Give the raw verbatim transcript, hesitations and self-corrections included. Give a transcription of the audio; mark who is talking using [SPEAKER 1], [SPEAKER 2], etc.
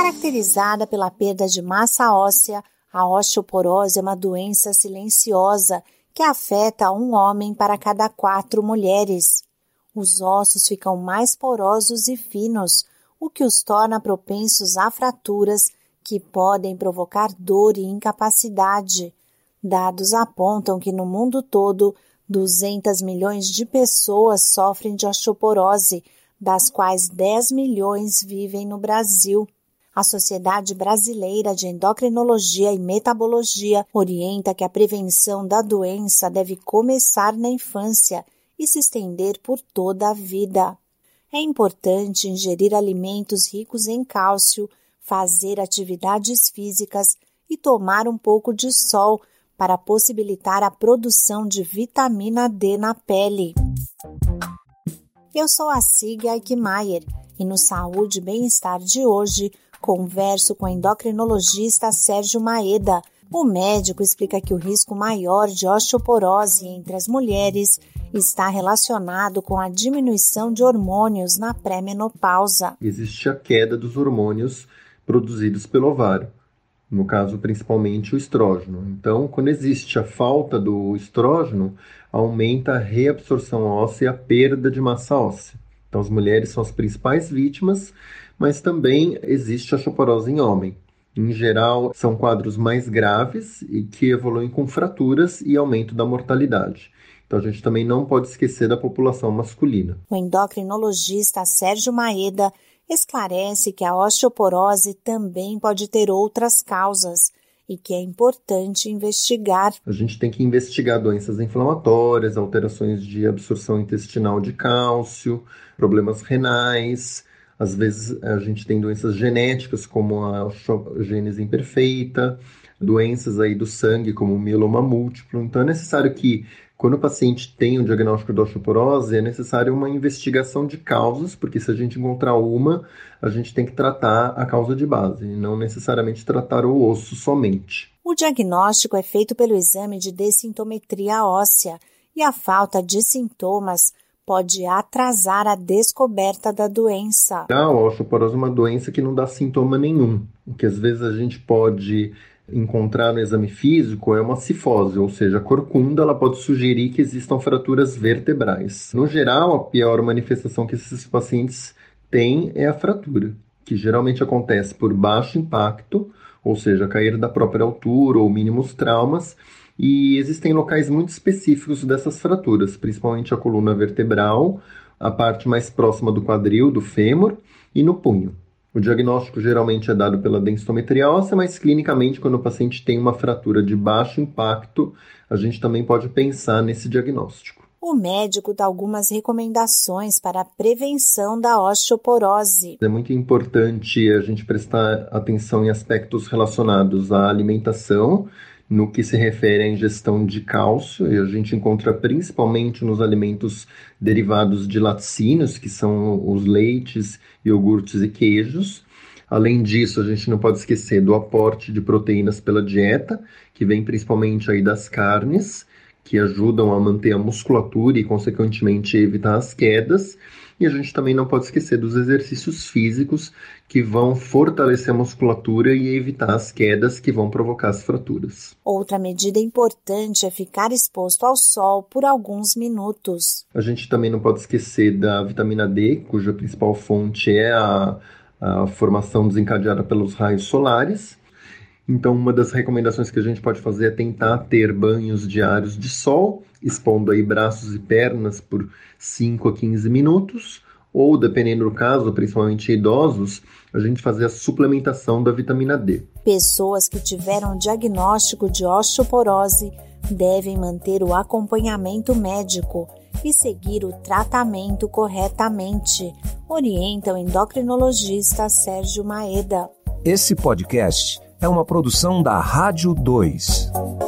[SPEAKER 1] Caracterizada pela perda de massa óssea, a osteoporose é uma doença silenciosa que afeta um homem para cada quatro mulheres. Os ossos ficam mais porosos e finos, o que os torna propensos a fraturas que podem provocar dor e incapacidade. Dados apontam que no mundo todo, duzentos milhões de pessoas sofrem de osteoporose, das quais dez milhões vivem no Brasil. A Sociedade Brasileira de Endocrinologia e Metabologia orienta que a prevenção da doença deve começar na infância e se estender por toda a vida. É importante ingerir alimentos ricos em cálcio, fazer atividades físicas e tomar um pouco de sol para possibilitar a produção de vitamina D na pele. Eu sou a Sig Eichmeier e no Saúde e Bem-Estar de hoje converso com o endocrinologista Sérgio Maeda. O médico explica que o risco maior de osteoporose entre as mulheres está relacionado com a diminuição de hormônios na pré-menopausa.
[SPEAKER 2] Existe a queda dos hormônios produzidos pelo ovário, no caso principalmente o estrógeno. Então, quando existe a falta do estrógeno, aumenta a reabsorção óssea e a perda de massa óssea. Então, as mulheres são as principais vítimas, mas também existe a osteoporose em homem. Em geral, são quadros mais graves e que evoluem com fraturas e aumento da mortalidade. Então, a gente também não pode esquecer da população masculina.
[SPEAKER 1] O endocrinologista Sérgio Maeda esclarece que a osteoporose também pode ter outras causas e que é importante investigar.
[SPEAKER 2] A gente tem que investigar doenças inflamatórias, alterações de absorção intestinal de cálcio, problemas renais. Às vezes a gente tem doenças genéticas como a osteogênese imperfeita, doenças aí do sangue como o mieloma múltiplo. Então é necessário que, quando o paciente tem o diagnóstico da osteoporose, é necessário uma investigação de causas, porque se a gente encontrar uma, a gente tem que tratar a causa de base, e não necessariamente tratar o osso somente.
[SPEAKER 1] O diagnóstico é feito pelo exame de densitometria óssea, e a falta de sintomas pode atrasar a descoberta da doença.
[SPEAKER 2] A osteoporose é uma doença que não dá sintoma nenhum, o que às vezes a gente pode encontrar no exame físico é uma cifose, ou seja, a corcunda ela pode sugerir que existam fraturas vertebrais. No geral, a pior manifestação que esses pacientes têm é a fratura, que geralmente acontece por baixo impacto, ou seja, cair da própria altura ou mínimos traumas, e existem locais muito específicos dessas fraturas, principalmente a coluna vertebral, a parte mais próxima do quadril, do fêmur, e no punho. O diagnóstico geralmente é dado pela densitometria óssea, mas clinicamente, quando o paciente tem uma fratura de baixo impacto, a gente também pode pensar nesse diagnóstico.
[SPEAKER 1] O médico dá algumas recomendações para a prevenção da osteoporose.
[SPEAKER 2] É muito importante a gente prestar atenção em aspectos relacionados à alimentação, no que se refere à ingestão de cálcio, e a gente encontra principalmente nos alimentos derivados de laticínios, que são os leites, iogurtes e queijos. Além disso, a gente não pode esquecer do aporte de proteínas pela dieta, que vem principalmente aí das carnes, que ajudam a manter a musculatura e, consequentemente, evitar as quedas. E a gente também não pode esquecer dos exercícios físicos que vão fortalecer a musculatura e evitar as quedas que vão provocar as fraturas.
[SPEAKER 1] Outra medida importante é ficar exposto ao sol por alguns minutos.
[SPEAKER 2] A gente também não pode esquecer da vitamina D, cuja principal fonte é a, a formação desencadeada pelos raios solares. Então, uma das recomendações que a gente pode fazer é tentar ter banhos diários de sol, expondo aí braços e pernas por cinco a quinze minutos, ou, dependendo do caso, principalmente idosos, a gente fazer a suplementação da vitamina D.
[SPEAKER 1] Pessoas que tiveram diagnóstico de osteoporose devem manter o acompanhamento médico e seguir o tratamento corretamente, orienta o endocrinologista Sérgio Maeda.
[SPEAKER 3] Esse podcast é uma produção da Rádio dois.